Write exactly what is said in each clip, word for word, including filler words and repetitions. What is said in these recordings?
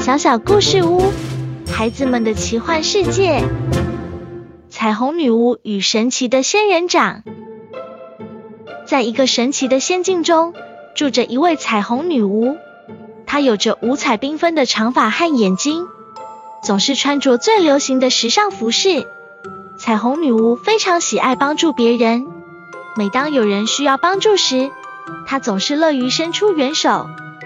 小小故事屋，孩子们的奇幻世界。彩虹女巫与神奇的仙人掌。在一个神奇的仙境中，住着一位彩虹女巫。她有着五彩缤纷的长发和眼睛，总是穿着最流行的时尚服饰。彩虹女巫非常喜爱帮助别人，每当有人需要帮助时，她总是乐于伸出援手。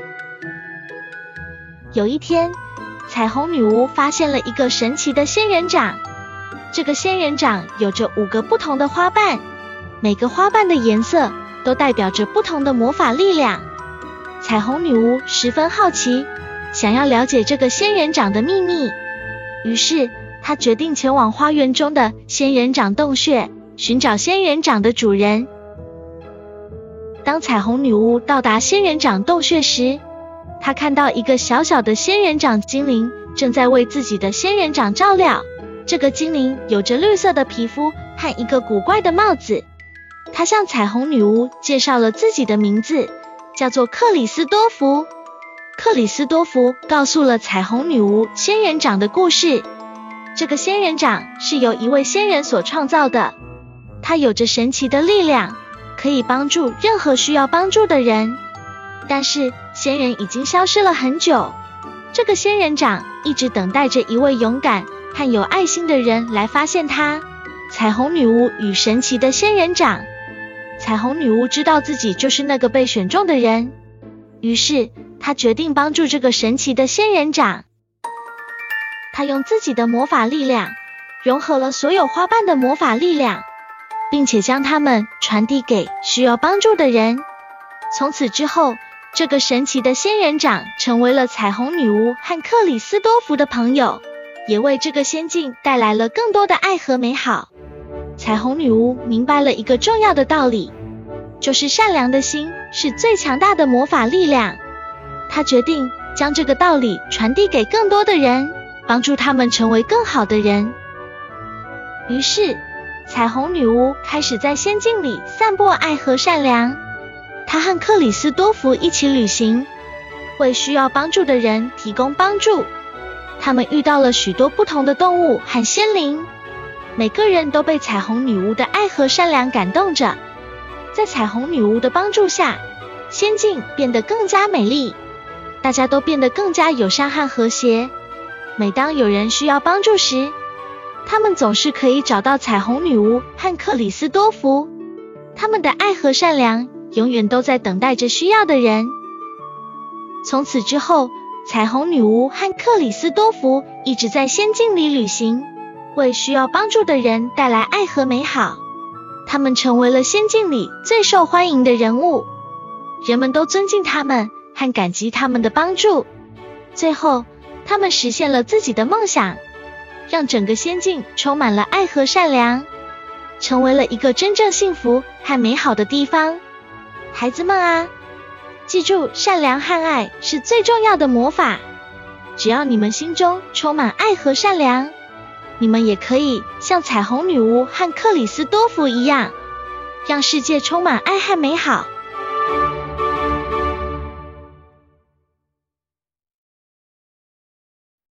有一天，彩虹女巫发现了一个神奇的仙人掌。这个仙人掌有着五个不同的花瓣，每个花瓣的颜色都代表着不同的魔法力量。彩虹女巫十分好奇，想要了解这个仙人掌的秘密，于是她决定前往花园中的仙人掌洞穴，寻找仙人掌的主人。当彩虹女巫到达仙人掌洞穴时，她看到一个小小的仙人掌精灵正在为自己的仙人掌照料。这个精灵有着绿色的皮肤和一个古怪的帽子。她向彩虹女巫介绍了自己的名字，叫做克里斯多福。克里斯多福告诉了彩虹女巫仙人掌的故事。这个仙人掌是由一位仙人所创造的，它有着神奇的力量，可以帮助任何需要帮助的人。但是仙人已经消失了很久，这个仙人掌一直等待着一位勇敢和有爱心的人来发现它。彩虹女巫与神奇的仙人掌。彩虹女巫知道自己就是那个被选中的人，于是她决定帮助这个神奇的仙人掌。她用自己的魔法力量融合了所有花瓣的魔法力量，并且将它们传递给需要帮助的人。从此之后，这个神奇的仙人掌成为了彩虹女巫和克里斯多福的朋友，也为这个仙境带来了更多的爱和美好。彩虹女巫明白了一个重要的道理，就是善良的心是最强大的魔法力量。她决定将这个道理传递给更多的人，帮助他们成为更好的人。于是，彩虹女巫开始在仙境里散播爱和善良。她和克里斯多福一起旅行，为需要帮助的人提供帮助。他们遇到了许多不同的动物和仙灵，每个人都被彩虹女巫的爱和善良感动着。在彩虹女巫的帮助下，仙境变得更加美丽，大家都变得更加友善和和谐。每当有人需要帮助时，他们总是可以找到彩虹女巫和克里斯多福。他们的爱和善良永远都在等待着需要的人。从此之后，彩虹女巫和克里斯多福一直在仙境里旅行，为需要帮助的人带来爱和美好。他们成为了仙境里最受欢迎的人物，人们都尊敬他们和感激他们的帮助。最后，他们实现了自己的梦想，让整个仙境充满了爱和善良，成为了一个真正幸福和美好的地方。孩子们啊，记住，善良和爱是最重要的魔法。只要你们心中充满爱和善良，你们也可以像彩虹女巫和克里斯多福一样，让世界充满爱和美好。